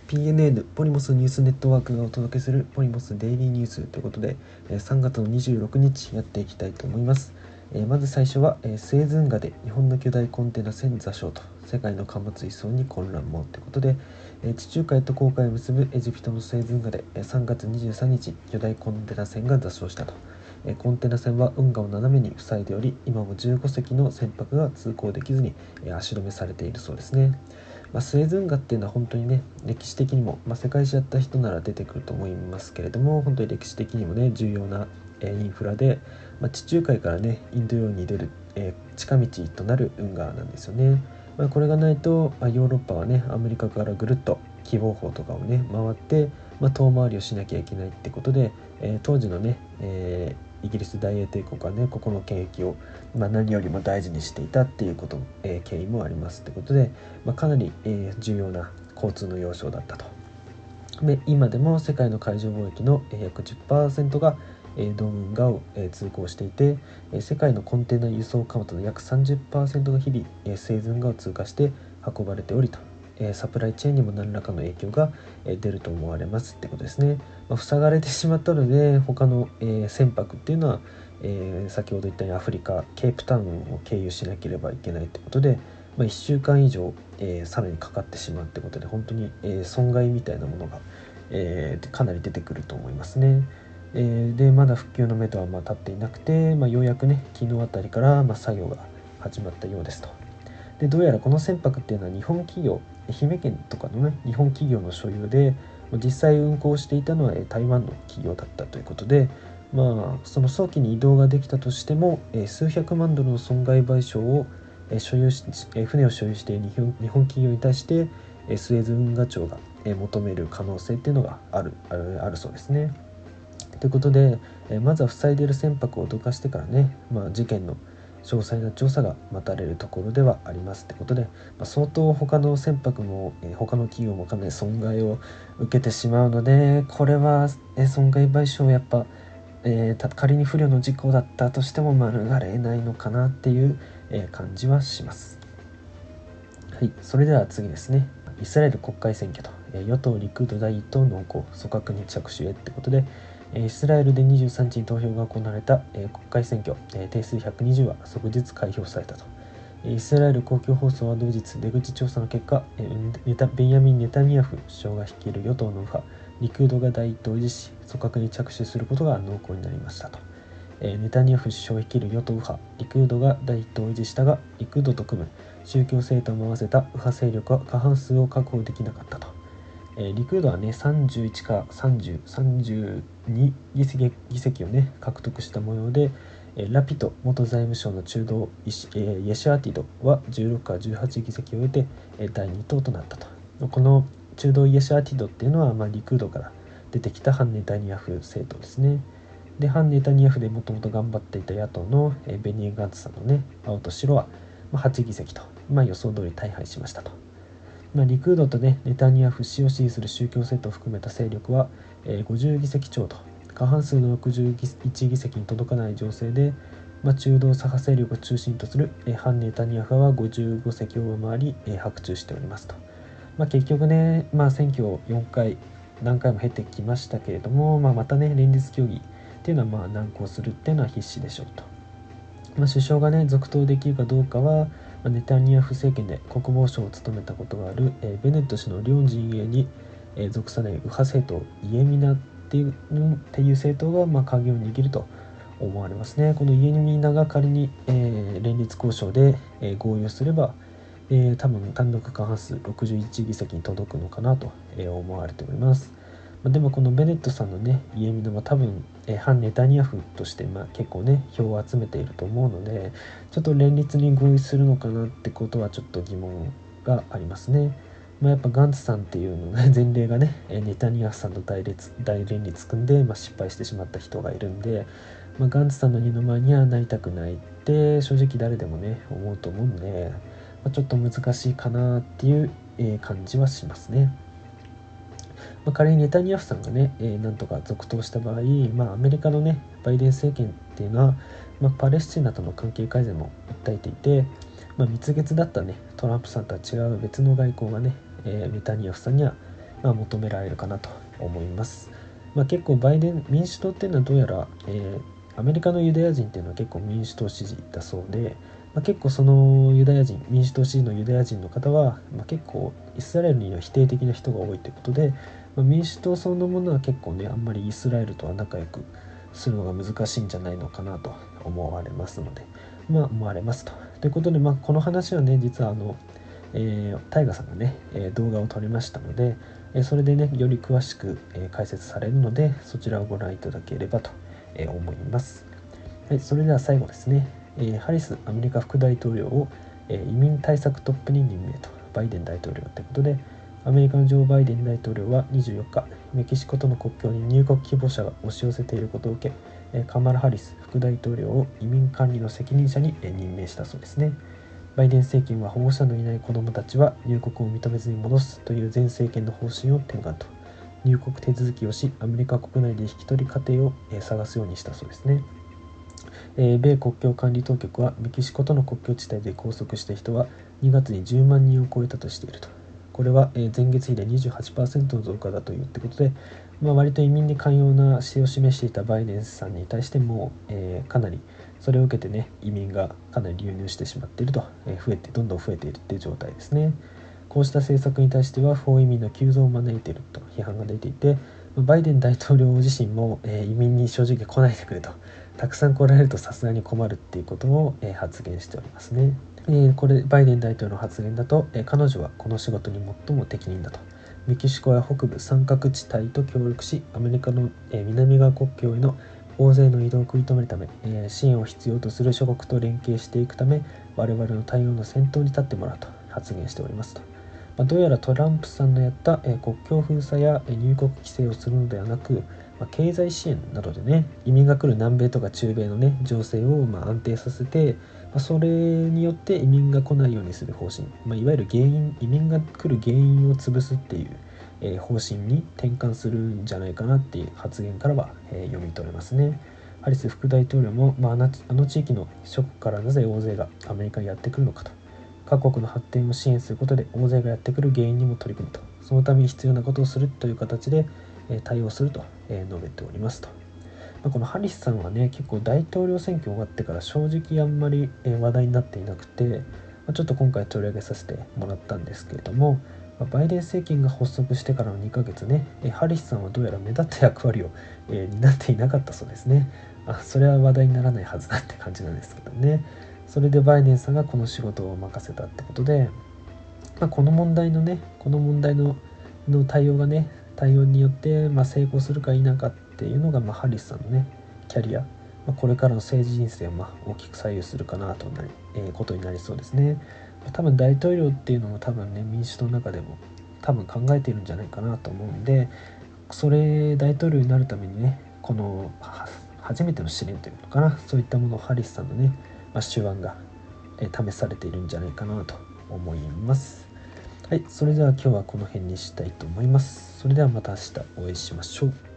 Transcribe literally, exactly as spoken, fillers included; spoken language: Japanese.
ピーエヌエヌ ポリモスニュースネットワークがお届けするポリモスデイリーニュースということで、さんがつのにじゅうろくにちやっていきたいと思います。まず最初はスエズ運河で日本の巨大コンテナ船座礁と世界の貨物輸送に混乱もということで、地中海と航海を結ぶエジプトのスエズ運河でさんがつにじゅうさんにち巨大コンテナ船が座礁したと。コンテナ船は運河を斜めに塞いでおり、今もじゅうごせきの船舶が通行できずに足止めされているそうですね。まあ、スエズ運河っていうのは本当にね、歴史的にも、まあ、世界史やった人なら出てくると思いますけれども、本当に歴史的にもね重要な、えー、インフラで、まあ、地中海からねインド洋に出る、えー、近道となる運河なんですよね。まあ、これがないと、まあ、ヨーロッパはねアメリカからぐるっと喜望峰とかをね回って、まあ、遠回りをしなきゃいけないってことで、えー、当時のね、えーイギリス大英帝国はねここの権益を、まあ、何よりも大事にしていたっていうこと、えー、経緯もありますってことで、まあ、かなり、えー、重要な交通の要衝だったと。で今でも世界の海上貿易の約 じゅっパーセント が同運河を通行していて、世界のコンテナ輸送貨物の約 さんじゅっパーセント が日々スエズ運河を通過して運ばれておりと、サプライチェーンにも何らかの影響が出ると思われますってことですね。まあ、塞がれてしまったので他の船舶っていうのは、えー、先ほど言ったようにアフリカケープタウンを経由しなければいけないってことで、まあ、いっしゅうかん以上、えー、さらにかかってしまうってことで本当に、えー、損害みたいなものが、えー、かなり出てくると思いますね。えー、でまだ復旧のめどはまあ立っていなくて、まあ、ようやくね昨日あたりから、まあ、作業が始まったようですと。でどうやらこの船舶っていうのは日本企業愛媛県とかのね日本企業の所有で実際運航していたのは台湾の企業だったということで、まあその早期に移動ができたとしても数百万ドルの損害賠償を所有し船を所有している日本日本企業に対してスエズ運河庁が求める可能性っていうのがあるあるあるそうですね。ということでまずは塞いでいる船舶をどかしてからね、まあ、事件の詳細な調査が待たれるところではありますってことで、まあ、相当他の船舶も、えー、他の企業もかなり損害を受けてしまうので、これは、えー、損害賠償やっぱ、えー、た仮に不慮の事故だったとしても免れないのかなっていう、えー、感じはします。はい、それでは次ですね。イスラエル国会選挙と、えー、与党リクード第一党濃厚組閣に着手へってことで、イスラエルでにじゅうさんにちに投票が行われた国会選挙、定数ひゃくにじゅうは即日開票されたと。イスラエル公共放送は同日出口調査の結果、ベンヤミン・ネタニヤフ首相が率いる与党の右派リクードが第一党を維持し組閣に着手することが濃厚になりましたと。ネタニヤフ首相率いる与党右派リクードが第一党を維持したが、リクードと組む宗教政党も合わせた右派勢力は過半数を確保できなかったと。えー、リクードはねさんじゅういちかさんじゅう、さんじゅうに議席、議席をね獲得した模様で、えー、ラピド元財務省の中道イシ、えー、イェシュアティドはじゅうろくからじゅうはち議席を得て、えー、だいに党となったと。この中道イェシュアティドっていうのは、まあ、リクードから出てきた反ネタニヤフ政党ですね。で反ネタニヤフでもともと頑張っていた野党の、えー、ベニー・ガンツさんのね青と白は、まあ、はち議席と、まあ、予想通り大敗しましたと。まあ、リクードとねネタニヤフ氏を支持する宗教政党を含めた勢力は、えー、ごじゅう議席超と過半数のろくじゅういち議席に届かない情勢で、まあ、中道左派勢力を中心とする、えー、反ネタニヤフはごじゅうご席を上回り、えー、白昼しておりますと。まあ、結局ね、まあ、選挙をよんかい何回も経てきましたけれども、まあ、またね連立協議っていうのはまあ難航するっていうのは必至でしょうと。まあ、首相がね続投できるかどうかはネタニヤフ政権で国防相を務めたことがある、えー、ベネット氏の両陣営に、えー、属さない右派政党イエミナっていう、っていう政党が、まあ、鍵を握ると思われますね。このイエミナが仮に、えー、連立交渉で、えー、合意をすれば、えー、多分単独過半数ろくじゅういち議席に届くのかなと、えー、思われております。でもこのベネットさんのねイエミナは多分、えー、反ネタニヤフとして、まあ、結構ね票を集めていると思うので、ちょっと連立に合意するのかなってことはちょっと疑問がありますね。まあ、やっぱガンツさんっていうのが前例がねネタニヤフさんと大列大連立組んで、まあ、失敗してしまった人がいるんで、まあ、ガンツさんの二の舞にはなりたくないって正直誰でもね思うと思うんで、まあ、ちょっと難しいかなっていう、えー、感じはしますね。まあ、仮にネタニヤフさんがね、えー、なんとか続投した場合、まあ、アメリカのねバイデン政権っていうのは、まあ、パレスチナとの関係改善も訴えていて、まあ、蜜月だったねトランプさんとは違う別の外交がね、えー、ネタニヤフさんには、 まあ、求められるかなと思います。まあ、結構バイデン民主党っていうのはどうやら、えー、アメリカのユダヤ人っていうのは結構民主党支持だそうで、まあ、結構そのユダヤ人民主党支持のユダヤ人の方は、まあ、結構イスラエルには否定的な人が多いということで、まあ、民主党そのものは結構ねあんまりイスラエルとは仲良くするのが難しいんじゃないのかなと思われますので、まあ思われますと。ということで、まあ、この話はね実はあの、えー、タイガさんがね、えー、動画を撮りましたので、えー、それでねより詳しく、えー、解説されるのでそちらをご覧いただければと、えー、思います。はい、それでは最後ですね、えー、ハリスアメリカ副大統領を、えー、移民対策トップに任命とバイデン大統領ということで、アメリカのジョー・バイデン大統領はにじゅうよっかメキシコとの国境に入国希望者が押し寄せていることを受け、えー、カマラ・ハリス副大統領を移民管理の責任者に、えー、任命したそうですね。バイデン政権は保護者のいない子どもたちは入国を認めずに戻すという前政権の方針を転換と、入国手続きをしアメリカ国内で引き取り家庭を、えー、探すようにしたそうですね。えー、米国境管理当局はメキシコとの国境地帯で拘束した人はにがつにじゅうまんにんを超えたとしていると。これは、えー、前月比で にじゅうはちパーセント の増加だというってことで、まあ、割と移民に寛容な姿勢を示していたバイデンさんに対しても、えー、かなりそれを受けてね移民がかなり流入してしまっていると、えー、増えてどんどん増えているっていう状態ですね。こうした政策に対しては不法移民の急増を招いていると批判が出ていて、バイデン大統領自身も、えー、移民に正直来ないでくれと、たくさん来られるとさすがに困るっていうことを、えー、発言しておりますね。えー、これバイデン大統領の発言だと、えー、彼女はこの仕事に最も適任だと、メキシコや北部三角地帯と協力しアメリカの、えー、南側国境への大勢の移動を食い止めるため、えー、支援を必要とする諸国と連携していくため我々の対応の先頭に立ってもらうと発言しておりますと。まあ、どうやらトランプさんのやった、えー、国境封鎖や、えー、入国規制をするのではなく、まあ、経済支援などでね移民が来る南米とか中米のね情勢をまあ安定させて、まあ、それによって移民が来ないようにする方針、まあ、いわゆる原因移民が来る原因を潰すっていう、えー、方針に転換するんじゃないかなっていう発言からは、えー、読み取れますね。ハリス副大統領も、まあ、あのあの地域の諸国からなぜ大勢がアメリカにやってくるのかと、各国の発展を支援することで大勢がやってくる原因にも取り組むと、そのために必要なことをするという形で対応すると述べておりますと。まあ、このハリスさんはね結構大統領選挙終わってから正直あんまり話題になっていなくて、まあ、ちょっと今回取り上げさせてもらったんですけれども、まあ、バイデン政権が発足してからのにかげつね、ハリスさんはどうやら目立った役割を、えー、担っていなかったそうですね。あ、それは話題にならないはずだって感じなんですけどね。それでバイデンさんがこの仕事を任せたってことで、まあ、この問題のねこの問題のの対応がね対応によって、まあ、成功するか否かっていうのが、まあ、ハリスさんのねキャリア、まあ、これからの政治人生をまあ大きく左右するかなとなり、えー、ことになりそうですね。多分大統領っていうのも多分ね民主党の中でも多分考えているんじゃないかなと思うんで、それ大統領になるためにねこの初めての試練というのかな、そういったものをハリスさんのね、まあ、手腕が、えー、試されているんじゃないかなと思います。はい、それでは今日はこの辺にしたいと思います。それではまた明日お会いしましょう。